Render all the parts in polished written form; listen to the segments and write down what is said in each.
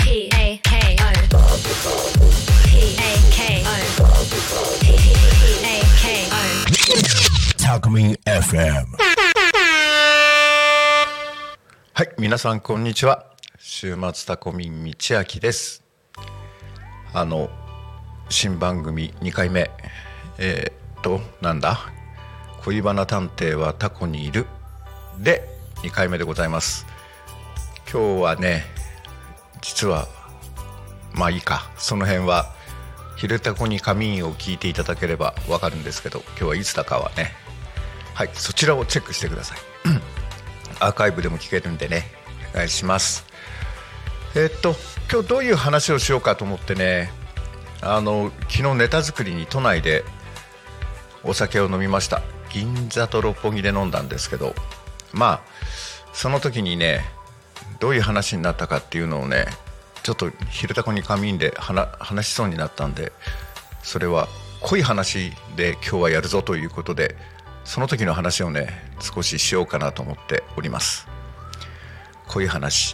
タコミン FM。 はい、皆さんこんにちは。週末タコミン道明です。新番組2回目なんだ、恋バナ探偵はタコにいるで2回目でございます。今日はね、実はまあいいか、その辺は昼タコに仮眠を聞いていただければわかるんですけど、今日はいつだかはね、はい、そちらをチェックしてくださいアーカイブでも聞けるんでね、お願いします。今日どういう話をしようかと思ってね、昨日ネタ作りに都内でお酒を飲みました。銀座と六本木で飲んだんですけど、まあその時にね、どういう話になったかっていうのをね、ちょっと昼タコに仮眠で話しそうになったんで、それは濃い話で今日はやるぞということで、その時の話をね少ししようかなと思っております。濃い話、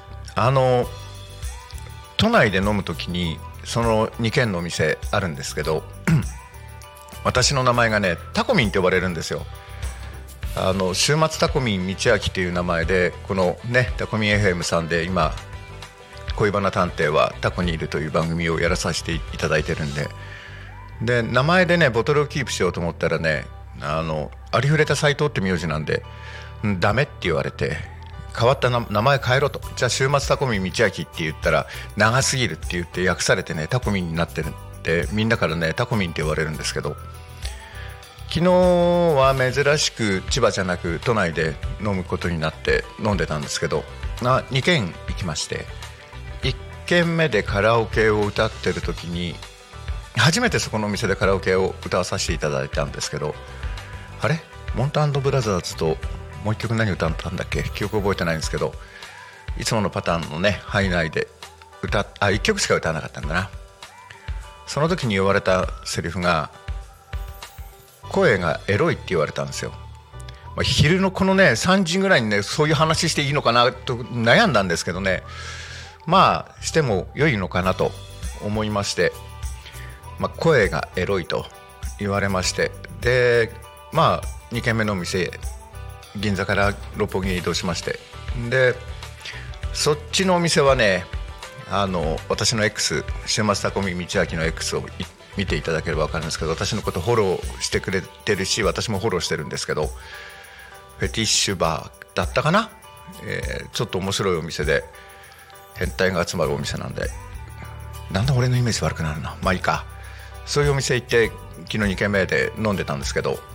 都内で飲む時にその2軒のお店あるんですけど私の名前がねタコミンって呼ばれるんですよ。週末タコミン道明という名前で、このねタコミン FM さんで今恋バナ探偵はタコにいるという番組をやらさせていただいてるんで、名前でねボトルをキープしようと思ったらね、ありふれた斎藤って名字なんでダメって言われて、変わった名前変えろと。じゃあ週末タコミン道明って言ったら長すぎるって言って訳されてねタコミンになってるんで、みんなからねタコミンって言われるんですけど、昨日は珍しく千葉じゃなく都内で飲むことになって飲んでたんですけど、2軒行きまして、1軒目でカラオケを歌ってる時に初めてそこのお店でカラオケを歌わさせていただいたんですけど、あれモンタ&ブラザーズともう一曲何歌ったんだっけ、記憶覚えてないんですけど、いつものパターンのね範囲内で1曲しか歌わなかったんだな。その時に言われたセリフが、声がエロいって言われたんですよ。昼のこのね3時ぐらいにねそういう話していいのかなと悩んだんですけどね、まあしても良いのかなと思いまして、声がエロいと言われまして、で2軒目のお店、銀座から六本木に移動しまして、でそっちのお店はね、私の X、 週末タコミン道明の X を見ていただければ分かるんですけど、私のことフォローしてくれてるし、私もフォローしてるんですけど、フェティッシュバーだったかな、ちょっと面白いお店で変態が集まるお店なんで、なんだ俺のイメージ悪くなるな、まあいいか。そういうお店行って昨日2軒目で飲んでたんですけど、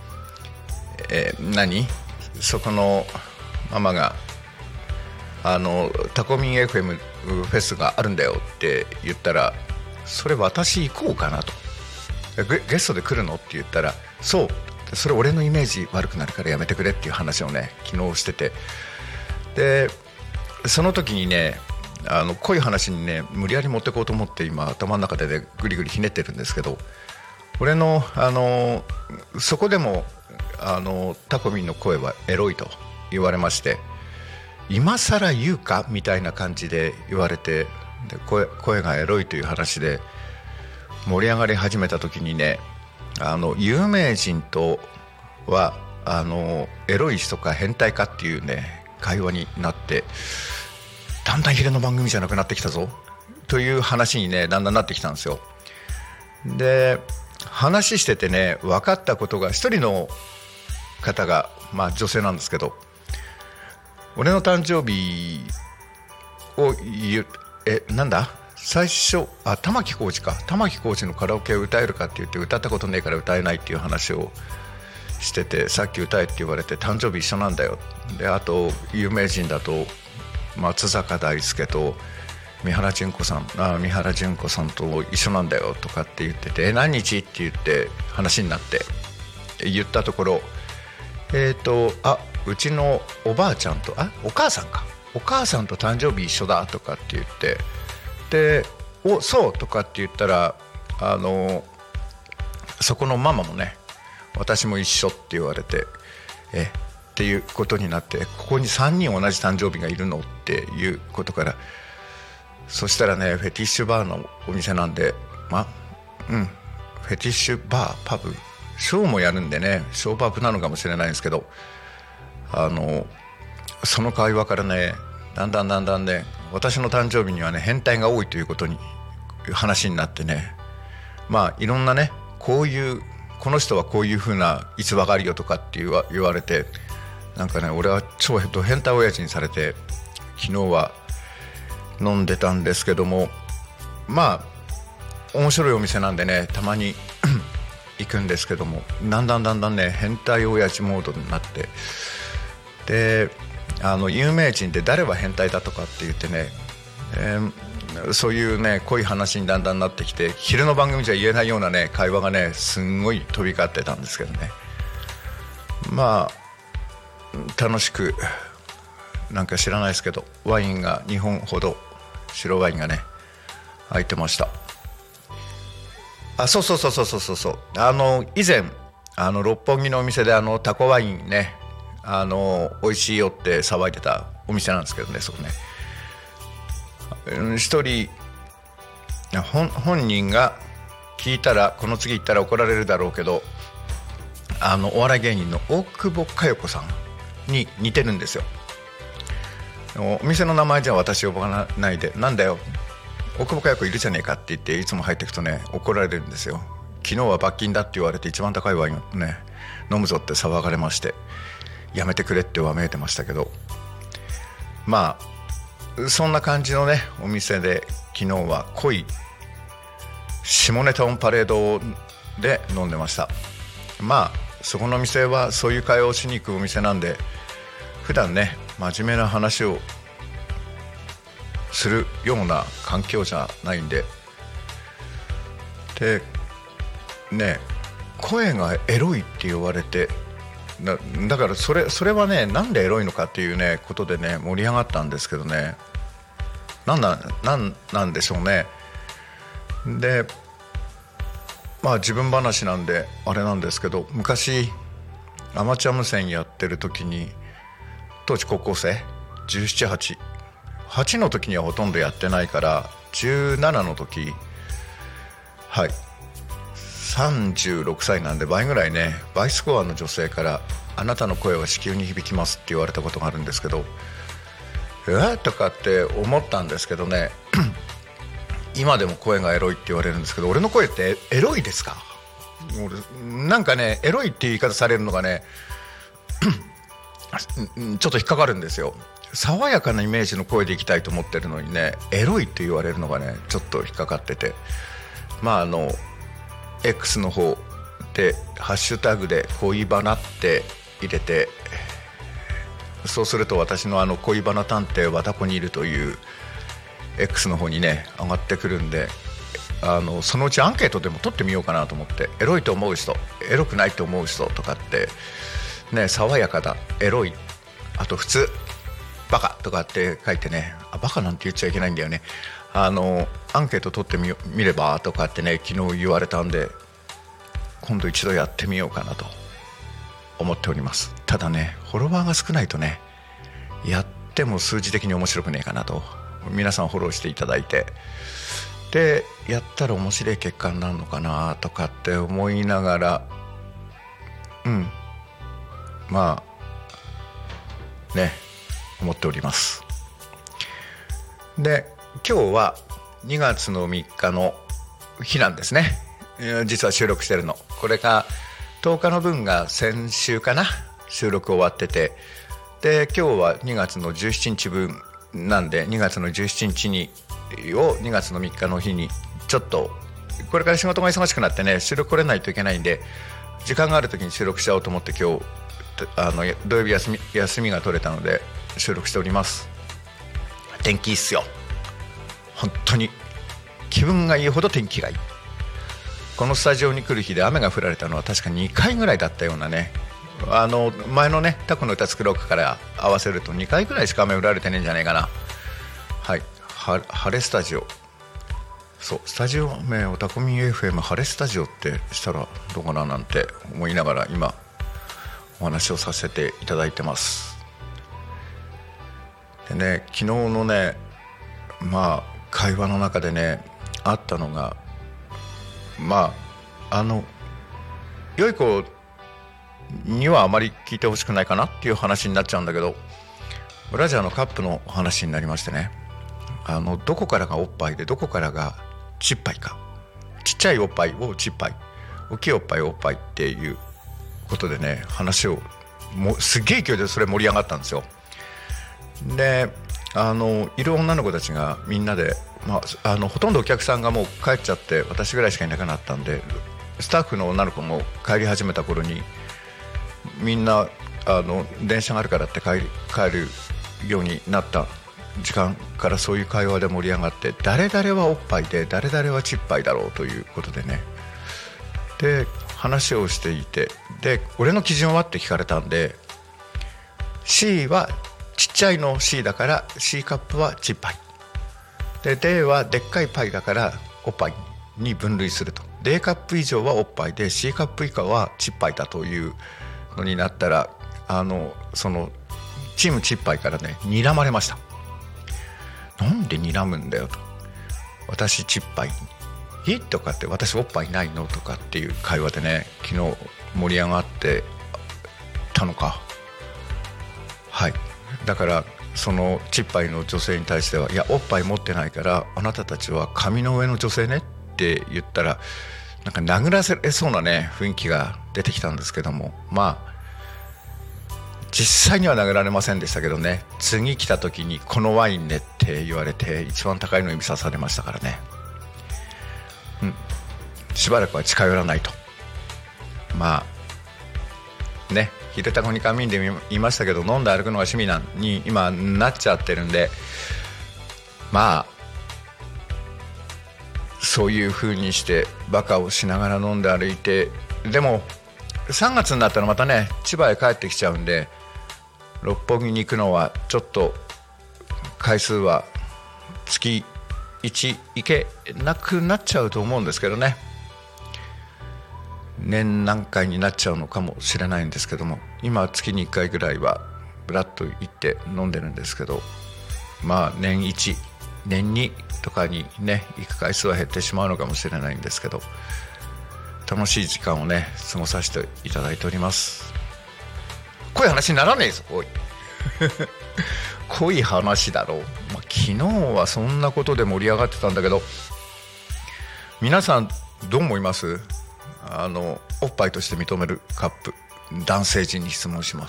そこのママがタコミン FM フェスがあるんだよって言ったら、それ私行こうかなと、ゲストで来るのって言ったら、そう、それ俺のイメージ悪くなるからやめてくれっていう話をね昨日してて、でその時にね濃い話にね無理やり持ってこうと思って今頭の中で、ね、ぐりぐりひねってるんですけど、俺のそこでもタコミンの声はエロいと言われまして、今更言うかみたいな感じで言われて、で声がエロいという話で盛り上がり始めた時にね、有名人とはエロい人か変態かっていうね会話になって、だんだん昼の番組じゃなくなってきたぞという話にねだんだんなってきたんですよ。で話しててね分かったことが、一人の方が女性なんですけど、俺の誕生日をなんだ最初玉置浩二のカラオケを歌えるかって言って、歌ったことねえから歌えないっていう話をしてて、さっき歌えって言われて誕生日一緒なんだよ。であと有名人だと松坂大輔と三原純子さんと一緒なんだよとかって言ってて、何日って言って話になって言ったところ、うちのおばあちゃんとお母さんと誕生日一緒だとかって言って、でそうとかって言ったらそこのママもね、私も一緒って言われてっていうことになって、ここに3人同じ誕生日がいるのっていうことから、 そしたらねフェティッシュバーのお店なんでフェティッシュバーパブショーもやるんでね、ショーパブなのかもしれないんですけど、その会話からねだんだんね、私の誕生日にはね変態が多いということに話になってね、いろんなねこの人はこういう風な逸話があるよとかって言われて、なんかね俺は超変態親父にされて、昨日は飲んでたんですけども、面白いお店なんでねたまに行くんですけども、だんだんね変態親父モードになって、で有名人で誰は変態だとかって言ってね、そういうね濃い話にだんだんなってきて、昼の番組じゃ言えないようなね会話がねすんごい飛び交ってたんですけどね、楽しくなんか知らないですけどワインが2本ほど白ワインがね入ってました。そう以前六本木のお店でタコワインね美味しいよって騒いでたお店なんですけどね、そこね一人本人が聞いたらこの次言ったら怒られるだろうけど、お笑い芸人の大久保佳代子さんに似てるんですよ。お店の名前じゃ私呼ばないで、なんだよ大久保佳代子いるじゃねえかって言っていつも入っていくとね怒られるんですよ。昨日は罰金だって言われて一番高いワインをね飲むぞって騒がれまして、やめてくれってわめいてましたけど、そんな感じのねお店で昨日は濃い下ネタオンパレードで飲んでました。そこの店はそういう会話をしに行くお店なんで、普段ね真面目な話をするような環境じゃないんで、でね声がエロいって言われて、だからそれはねなんでエロいのかっていうねことでね盛り上がったんですけどね、なんでしょうね。で自分話なんであれなんですけど、昔アマチュア無線やってる時に、当時高校生17、8の時にはほとんどやってないから、17の時36歳なんで倍ぐらいね、バイスコアの女性からあなたの声は子宮に響きますって言われたことがあるんですけど、とかって思ったんですけどね今でも声がエロいって言われるんですけど、俺の声ってエロいですか？なんかねエロいって言い方されるのがねちょっと引っかかるんですよ。爽やかなイメージの声でいきたいと思ってるのにね、エロいって言われるのがねちょっと引っかかってて、X の方でハッシュタグで恋バナって入れて、そうすると私の恋バナ探偵はどこにいるという X の方にね上がってくるんで、そのうちアンケートでも取ってみようかなと思って、エロいと思う人、エロくないと思う人とかってね、爽やかだ、エロい、あと普通、バカとかって書いてね、バカなんて言っちゃいけないんだよね。アンケート取ってみればとかってね昨日言われたんで、今度一度やってみようかなと思っております。ただねフォロワーが少ないとねやっても数字的に面白くねえかなと、皆さんフォローしていただいて、でやったら面白い結果になるのかなとかって思いながら、思っております。で今日は2月の3日の日なんですね。実は収録してるのこれが10日の分が先週かな、収録終わってて、で今日は2月の17日分なんで、2月の17日を2月の3日の日にちょっとこれから仕事が忙しくなってね収録来れないといけないんで、時間がある時に収録しちゃおうと思って、今日土曜日休みが取れたので収録しております。天気いいっすよ、本当に気分がいいほど天気がいい。このスタジオに来る日で雨が降られたのは確か2回ぐらいだったようなね、前のねタコの歌作ろうかから合わせると2回ぐらいしか雨降られてねえんじゃないかな。晴れスタジオ、そうスタジオ名をタコミン FM 晴れスタジオってしたらどうかななんて思いながら今お話をさせていただいてます。でね昨日のね会話の中でねあったのが、良い子にはあまり聞いてほしくないかなっていう話になっちゃうんだけど、ブラジャーのカップの話になりましてね、どこからがおっぱいでどこからがちっぱいか、ちっちゃいおっぱいをちっぱい、大きいおっぱいをおっぱいっていうことでね、話をすっげえ勢いでそれ盛り上がったんですよ。でいる女の子たちがみんなで、ほとんどお客さんがもう帰っちゃって私ぐらいしかいなくなったんで、スタッフの女の子も帰り始めた頃にみんな電車があるからって帰るようになった時間からそういう会話で盛り上がって、誰々はおっぱいで誰々はちっぱいだろうということでね、で話をしていて、で俺の基準はって聞かれたんで、 C はちっちゃいの C だから C カップはちっぱいで、 D はでっかいパイだからおっぱいに分類すると、 D カップ以上はおっぱいで C カップ以下はちっぱいだというのになったら、そのチームちっぱいからね睨まれました。なんで睨むんだよと、私ちっぱいとかって、私おっぱいないのとかっていう会話でね、昨日盛り上がってたのか。はい、だからそのちっぱいの女性に対しては、いやおっぱい持ってないからあなたたちは髪の上の女性ねって言ったら、なんか殴らせそうなね雰囲気が出てきたんですけども、実際には殴られませんでしたけどね、次来た時にこのワインねって言われて一番高いの指さされましたからね。しばらくは近寄らないと。秀田子に仮眠で言いましたけど、飲んで歩くのが趣味に今なっちゃってるんで、そういう風にしてバカをしながら飲んで歩いて、でも3月になったらまたね千葉へ帰ってきちゃうんで、六本木に行くのはちょっと回数は月1行けなくなっちゃうと思うんですけどね、年何回になっちゃうのかもしれないんですけども、今月に1回ぐらいはブラッと行って飲んでるんですけど、年1年2とかにね行く回数は減ってしまうのかもしれないんですけど、楽しい時間をね過ごさせていただいております。濃い話にならねえぞおい濃い話だろう、昨日はそんなことで盛り上がってたんだけど、皆さんどう思います？おっぱいとして認めるカップ、男性陣に質問します。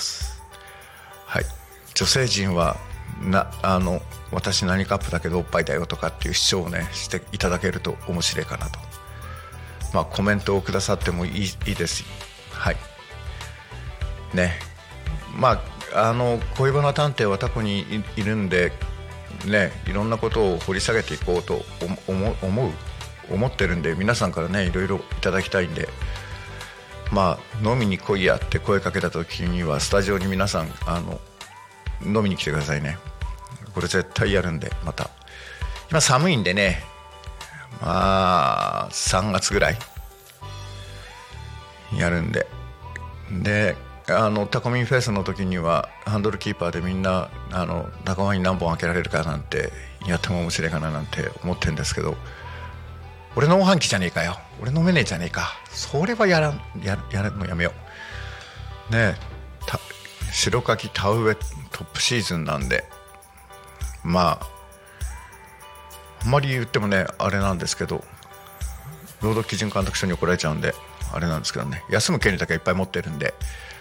はい、女性陣は私何カップだけどおっぱいだよとかっていう主張をねしていただけると面白いかなと。コメントをくださってもいいですはいね。恋バナ探偵はタコにいるんでね、いろんなことを掘り下げていこうと思ってるんで、皆さんからねいろいろいただきたいんで、飲みに来いやって声かけた時にはスタジオに皆さん飲みに来てくださいね。これ絶対やるんで、また今寒いんでね、3月ぐらいやるんで、タコミンフェスの時にはハンドルキーパーでみんな仲間に何本開けられるかなんてやっても面白いかななんて思ってるんですけど、俺の飯器じゃねえかよ、俺飲めねえじゃねえか、それはやるのやめようね。白柿田植えトップシーズンなんで、あんまり言ってもねあれなんですけど、労働基準監督署に怒られちゃうんであれなんですけどね、休む権利だけいっぱい持ってるんで、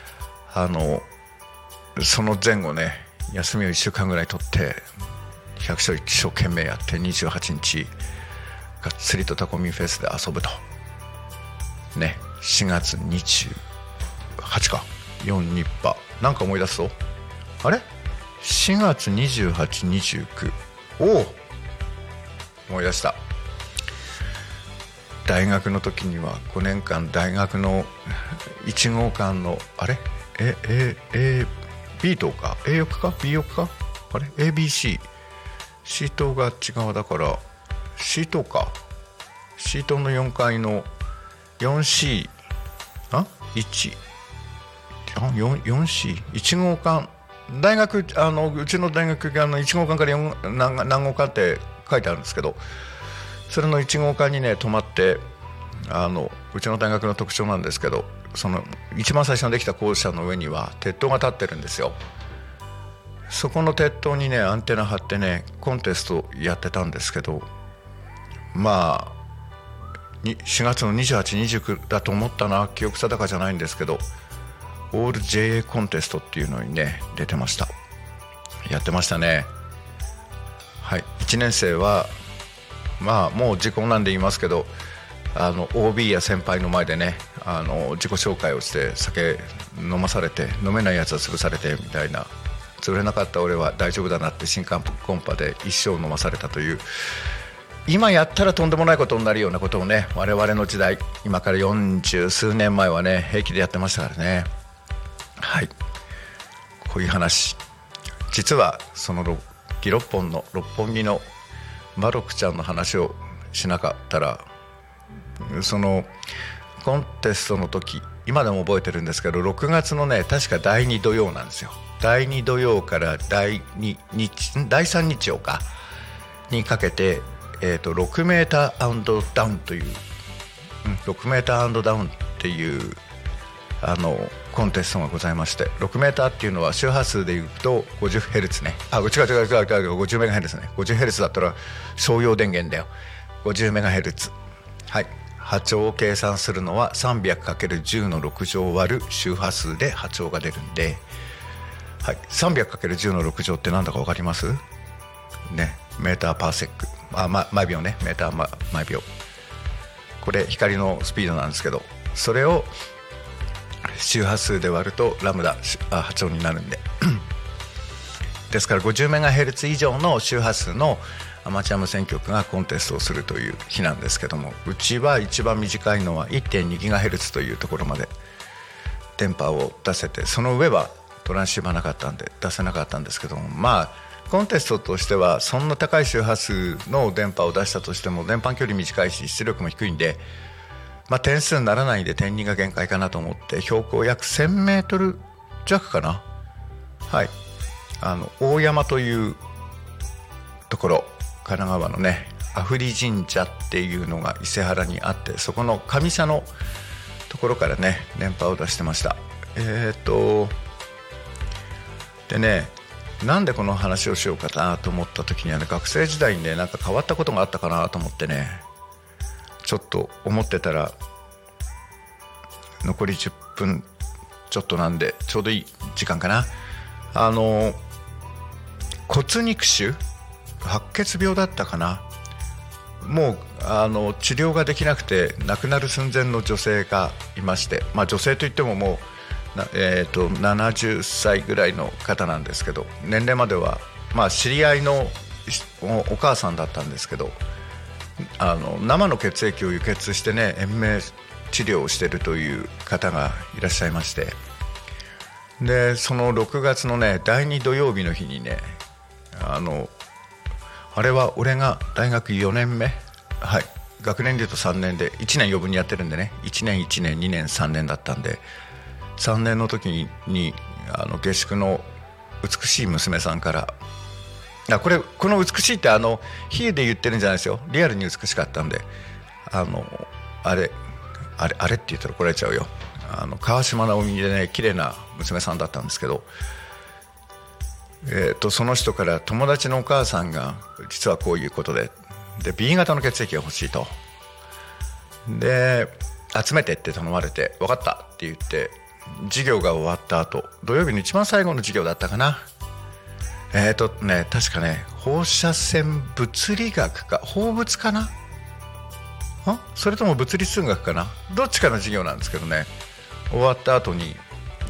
その前後ね休みを1週間ぐらい取って100勝一生懸命やって28日がっつりとタコミンフェスで遊ぶとね。4月28か4日波なんか思い出すとあれ4月28、29お思い出した。大学の時には5年間大学の1号館のあれB 棟か A 翼か B 翼かあれ ABC C 棟が内側だから C 棟か C 棟の4階の 4C 4C1 号館大学うちの大学が1号館から何号館って書いてあるんですけど、それの1号館にね泊まって、うちの大学の特徴なんですけど、その一番最初にできた校舎の上には鉄塔が立ってるんですよ。そこの鉄塔にねアンテナ張ってねコンテストやってたんですけど、まあ4月の28、29だと思ったな、記憶定かじゃないんですけど、オール JA コンテストっていうのにね出てました。やってましたね。はい、1年生はまあもう時効なんで言いますけど、OB や先輩の前でね自己紹介をして酒飲まされて、飲めないやつは潰されてみたいな、潰れなかった俺は大丈夫だなって新コンパで一生飲まされたという、今やったらとんでもないことになるようなことをね、我々の時代、今から40数年前はね平気でやってましたからね。はい、こういう話、実はその六本木のマロクちゃんの話をしなかったら、そのコンテストの時、今でも覚えてるんですけど、6月のね確か第2土曜なんですよ。第2土曜から第3日曜かにかけて、6メーターダウンという、6メーターダウンっていうコンテストがございまして、6メーターっていうのは周波数でいうと 50Hz ね、違う50MHz ね、50Hz だったら商用電源だよ。 50MHz、 はい、波長を計算するのは 300×10 の6乗割る周波数で波長が出るんで、はい、300×10 の6乗ってなんだか分かりますね。メーターパーセック、毎秒ね、メーター毎秒、これ光のスピードなんですけど、それを周波数で割るとラムダ波長になるんでですから 50MHz 以上の周波数のアマチュア無線局がコンテストをするという日なんですけども、うちは一番短いのは 1.2GHz というところまで電波を出せて、その上はトランシーバーなかったんで出せなかったんですけども、まあコンテストとしてはそんな高い周波数の電波を出したとしても電波距離短いし出力も低いんで、点数にならないんで点2が限界かなと思って、標高約 1000m 弱かな、はい、大山というところ、神奈川のね阿夫利神社っていうのが伊勢原にあって、そこの上社のところからね電波を出してました。でね、なんでこの話をしようかなと思った時にはね、学生時代にねなんか変わったことがあったかなと思ってね、ちょっと思ってたら残り10分ちょっとなんでちょうどいい時間かな。骨肉腫、白血病だったかな、もう治療ができなくて亡くなる寸前の女性がいまして、女性といってももう70歳ぐらいの方なんですけど、年齢までは知り合いのお母さんだったんですけど、生の血液を輸血してね延命治療をしているという方がいらっしゃいまして、でその6月のね第2土曜日の日にね、あれは俺が大学4年目、はい、学年でいうと3年で1年余分にやってるんでね、1年2年3年だったんで、3年の時に下宿の美しい娘さんから、この美しいって比喩で言ってるんじゃないですよ、リアルに美しかったんで、あれって言ったら怒られちゃうよ、川島直美でね綺麗な娘さんだったんですけど、その人から友達のお母さんが実はこういうことで B 型の血液が欲しいと、で集めてって頼まれて、分かったって言って授業が終わった後、土曜日の一番最後の授業だったかな、確かね放射線物理学か放物かな、それとも物理数学かな、どっちかの授業なんですけどね、終わった後に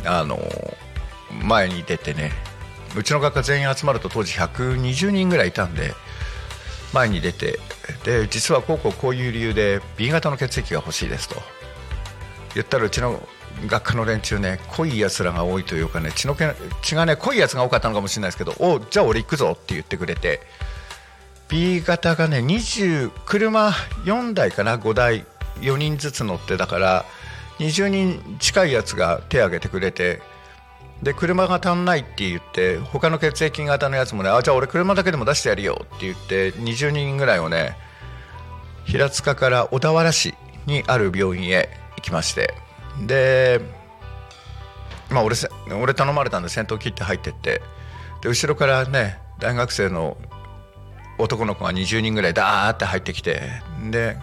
前に出てね、うちの学科全員集まると当時120人ぐらいいたんで、前に出て、で実はこういう理由で B 型の血液が欲しいですと言ったら、うちの学科の連中ね濃いやつらが多いというかね、血がね濃いやつが多かったのかもしれないですけど、じゃあ俺行くぞって言ってくれて、 B 型がね車4台かな、5台4人ずつ乗って、だから20人近いやつが手を挙げてくれて、 で車が足んないって言って他の血液型のやつもね、じゃあ俺車だけでも出してやるよって言って20人ぐらいをね、平塚から小田原市にある病院へ行きまして、で俺頼まれたんで先頭切って入ってって、で後ろからね大学生の男の子が20人ぐらいダーって入ってきて、で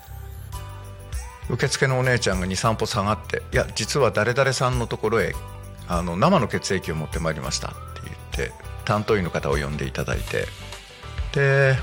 受付のお姉ちゃんが 2,3 歩下がって、いや実は誰々さんのところへ生の血液を持ってまいりましたって言って担当医の方を呼んでいただいて、で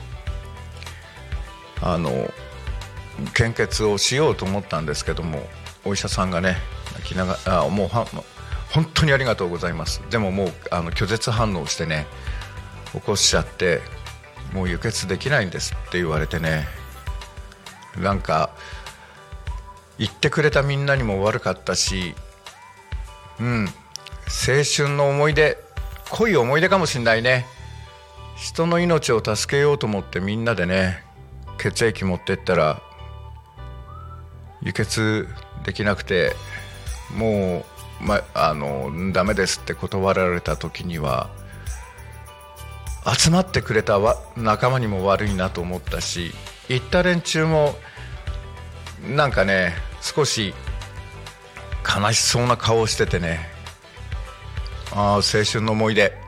献血をしようと思ったんですけども、お医者さんがね泣きながらもう本当にありがとうございます、でももう拒絶反応してね起こしちゃってもう輸血できないんですって言われてね、なんか言ってくれたみんなにも悪かったし、青春の思い出、濃い思い出かもしれないね。人の命を助けようと思ってみんなでね血液持ってったら輸血できなくて、もう、ダメですって断られた時には集まってくれた仲間にも悪いなと思ったし、行った連中もなんかね少し悲しそうな顔をしててね、青春の思い出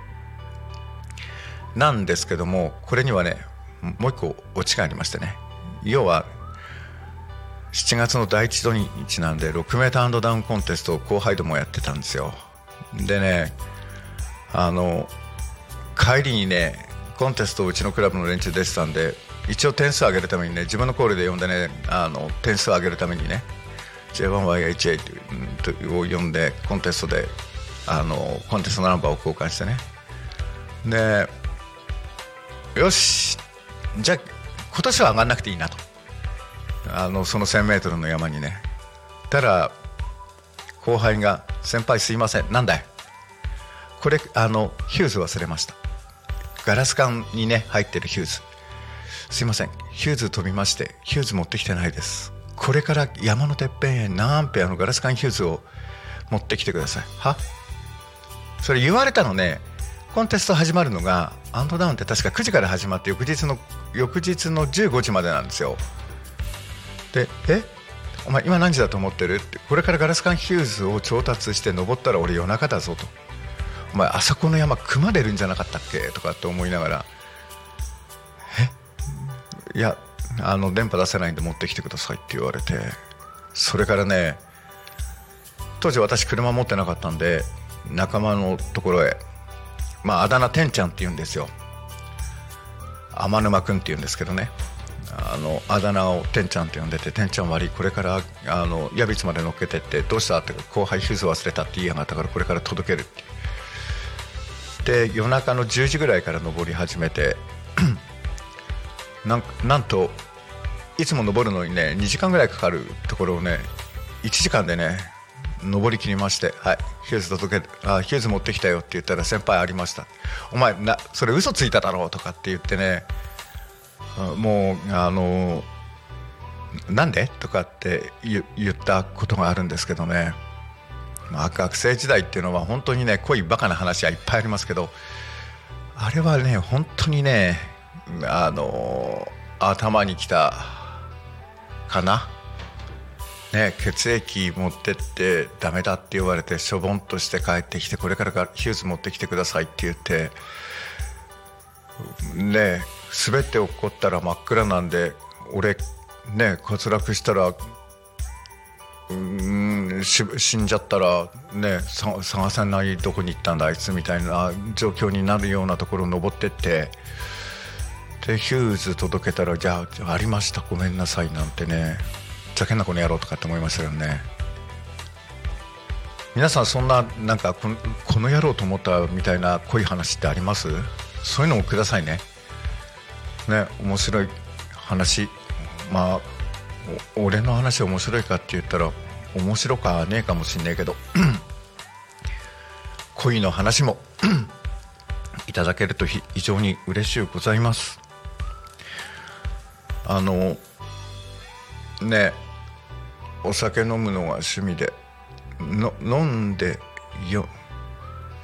なんですけども、これにはねもう一個オチがありましてね、要は7月の第一土日なんで 6m ダウンコンテストを後輩でもやってたんですよ。でね帰りにねコンテストをうちのクラブの連中出てたんで、一応点数上げるためにね自分のコールで呼んでね点数上げるためにね J1YHA を呼んでコンテストでコンテストナンバーを交換してね、でよしじゃあ今年は上がんなくていいなと、その 1000m の山にね。たら後輩が先輩すいません、なんだいこれヒューズ忘れました、ガラス管にね入ってるヒューズ、すいませんヒューズ飛びましてヒューズ持ってきてないです、これから山のてっぺんへ何アンペアのガラス管ヒューズを持ってきてください。はそれ言われたのね、コンテスト始まるのがアンドダウンって確か9時から始まって翌日の15時までなんですよ。でお前今何時だと思ってるって、これからガラス管ヒューズを調達して登ったら俺夜中だぞと、お前あそこの山組まれるんじゃなかったっけとかって思いながら、いや電波出せないんで持ってきてくださいって言われて、それからね当時私車持ってなかったんで仲間のところへ、あだ名てんちゃんって言うんですよ、天沼くんって言うんですけどね、あだ名をてんちゃんって呼んでて、てんちゃん悪いこれから矢櫃まで乗っけてって、どうしたって後輩ヒューズ忘れたって言いやがったからこれから届けるってで、夜中の10時ぐらいから登り始めてなんといつも登るのにね2時間ぐらいかかるところをね1時間でね登り切りまして、はいヒューズ届けヒューズ持ってきたよって言ったら、先輩ありました、お前それ嘘ついただろうとかって言ってね、もうなんでとかって言ったことがあるんですけどね、学生時代っていうのは本当にね濃いバカな話はいっぱいありますけど、あれはね本当にね頭にきたかな、ね、血液持ってってダメだって言われてしょぼんとして帰ってきて、これからヒューズ持ってきてくださいって言ってね、滑って落っこったら真っ暗なんで俺ね滑落したら死んじゃったらね探せないどこに行ったんだあいつみたいな状況になるようなところを登ってって、でヒューズ届けたらじゃありましたごめんなさいなんてね、ざけんなこの野郎とかって思いましたよね。皆さんそんなんかこの野郎と思ったみたいな濃い話ってあります？そういうのもくださいね。面白い話、俺の話面白いかって言ったら面白かねえかもしんねえけど恋の話もいただけると非常に嬉しゅうございます。お酒飲むのが趣味で飲んで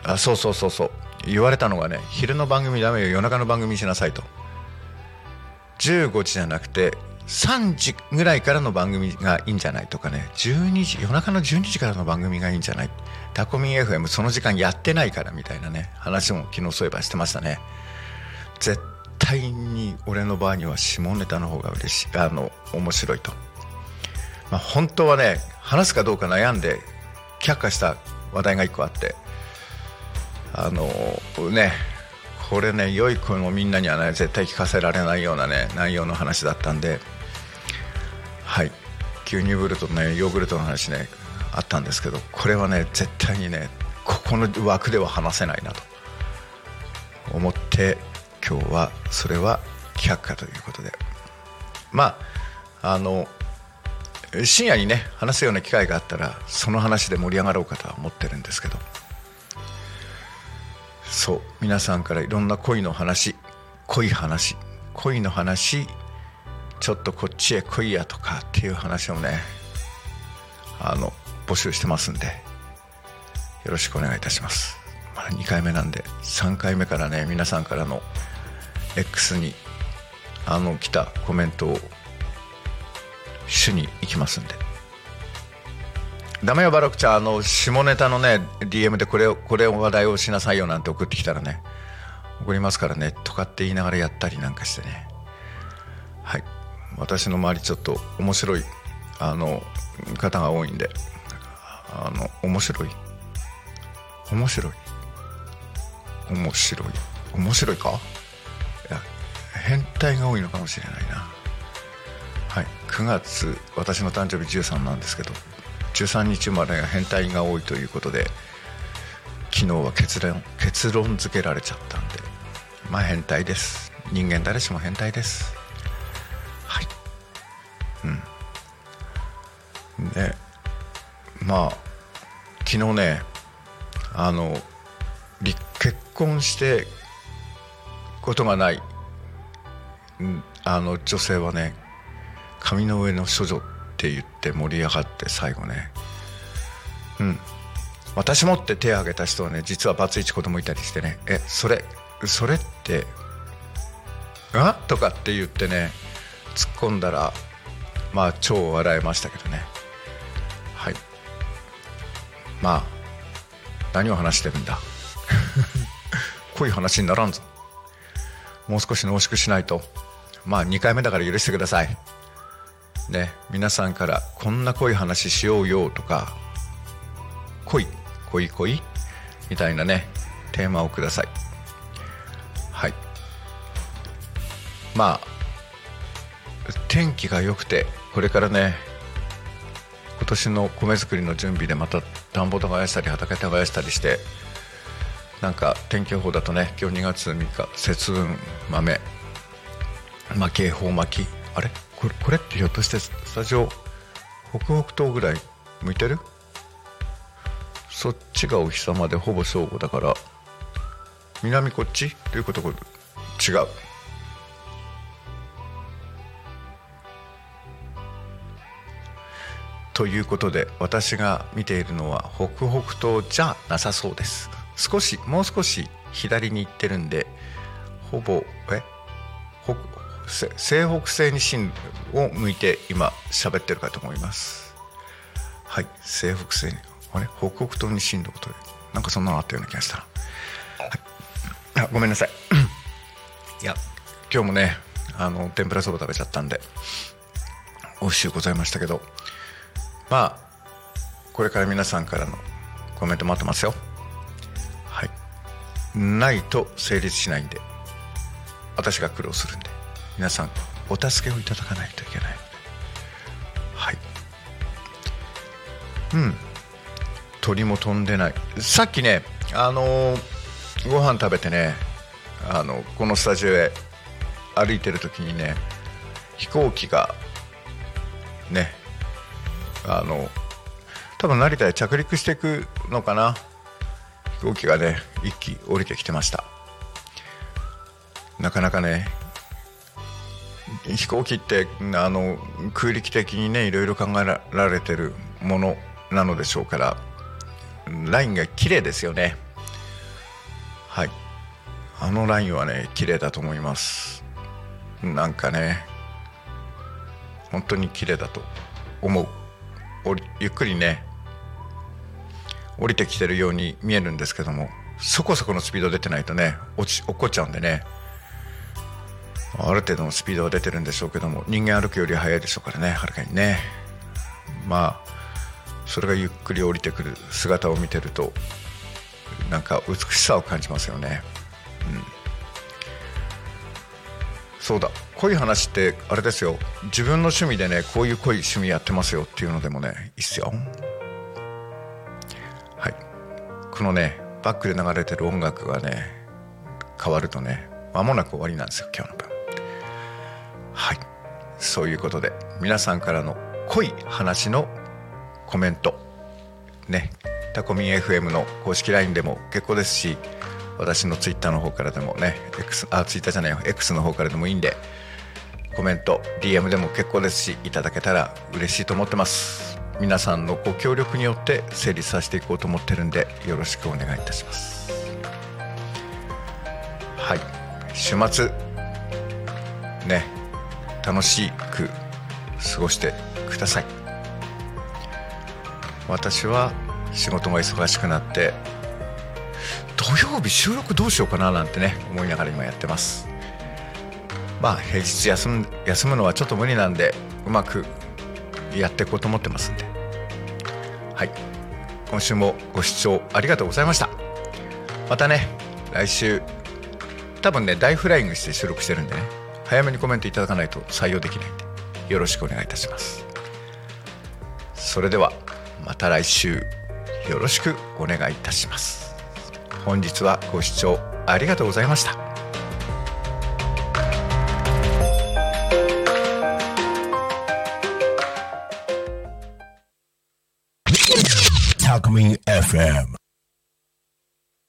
そう言われたのがね、昼の番組ダメよ、夜中の番組にしなさいと。15時じゃなくて3時ぐらいからの番組がいいんじゃないとかね、夜中の12時からの番組がいいんじゃない、タコミン FM その時間やってないからみたいなね話も昨日そういえばしてましたね。絶対に俺の場合には下ネタの方が嬉しい、面白いと。本当はね話すかどうか悩んで却下した話題が1個あって、これね良い声もみんなにはね絶対聞かせられないようなね内容の話だったんで、はい牛乳ブルとねヨーグルトの話ねあったんですけど、これはね絶対にねここの枠では話せないなと思って、今日はそれは却下ということで、深夜にね話すような機会があったらその話で盛り上がろうかとは思ってるんですけど、そう皆さんからいろんな恋の話、恋の話、ちょっとこっちへ来いやとかっていう話をね募集してますんで、よろしくお願いいたします。まだ2回目なんで3回目からね皆さんからの X に来たコメントを主に行きますんで。ダメよバロクちゃん、下ネタのね DM でこれを話題をしなさいよなんて送ってきたらね怒りますからねとかって言いながらやったりなんかしてね、はい私の周りちょっと面白い方が多いんで、面白いか、いや変態が多いのかもしれないな。はい、9月私の誕生日13なんですけど、13日生まれが変態が多いということで、昨日は結論付けられちゃったんで、変態です。人間誰しも変態です。はい。で昨日ね結婚してことがない女性はね髪の上の処女って言って盛り上がって、最後ね私もって手を挙げた人はね実はバツイチ子供いたりしてね、それってとかって言ってね突っ込んだら超笑えましたけどね。はい、何を話してるんだ濃い話にならんぞ。もう少し濃縮しないと。2回目だから許してくださいね。皆さんからこんな濃い話しようよとか、濃いみたいなねテーマをください。はい、天気が良くてこれからね今年の米作りの準備でまた田んぼ耕したり畑耕したりして、なんか天気予報だとね今日2月3日節分豆警報巻き、あれこれってひょっとしてスタジオ北北東ぐらい向いてる？そっちがお日様でほぼ正午だから南こっちということ違う。ということで私が見ているのは北北東じゃなさそうです。もう少し左に行ってるんで、ほぼ西北西に進路を向いて今喋ってるかと思います。はい、西北西に北北東に進路という、なんかそんなのあったような気がしたな、はい、ごめんなさいいや今日もね天ぷらそば食べちゃったんで美味しゅうございましたけど、これから皆さんからのコメント待ってますよ。はい、ないと成立しないんで私が苦労するんで、皆さんお助けをいただかないといけないので、はい。鳥も飛んでない。さっきねご飯食べてねこのスタジオへ歩いてる時にね飛行機がね多分成田へ着陸していくのかな。飛行機がね1機降りてきてました。なかなかね飛行機って空力的にねいろいろ考えられてるものなのでしょうから、ラインが綺麗ですよね。 はい、あのラインはね綺麗だと思います。なんかね本当に綺麗だと思う。ゆっくりね降りてきてるように見えるんですけども、そこそこのスピード出てないとね落っこっちゃうんでね、ある程度のスピードは出てるんでしょうけども、人間歩くより速いでしょうからね、はるかにね。まあそれがゆっくり降りてくる姿を見てるとなんか美しさを感じますよね。そうだ、濃い話ってあれですよ、自分の趣味でねこういう濃い趣味やってますよっていうのでもねいいっすよ。はい、このねバックで流れてる音楽がね変わるとね間もなく終わりなんですよ、今日の分。はい、そういうことで皆さんからの濃い話のコメントね、タコミン FM の公式 LINE でも結構ですし、私のツイッターの方からでもね、ツイッターじゃないよ X の方からでもいいんで、コメント DM でも結構ですしいただけたら嬉しいと思ってます。皆さんのご協力によって整理させていこうと思ってるんでよろしくお願いいたします。はい、週末ね楽しく過ごしてください。私は仕事が忙しくなって土曜日収録どうしようかななんてね思いながら今やってます。まあ平日休むのはちょっと無理なんでうまくやっていこうと思ってますんで、はい、今週もご視聴ありがとうございました。またね来週多分ね大フライングして収録してるんでね、早めにコメントいただかないと採用できないんでよろしくお願いいたします。それではまた来週よろしくお願いいたします。本日はご視聴ありがとうございました。 タコミン FM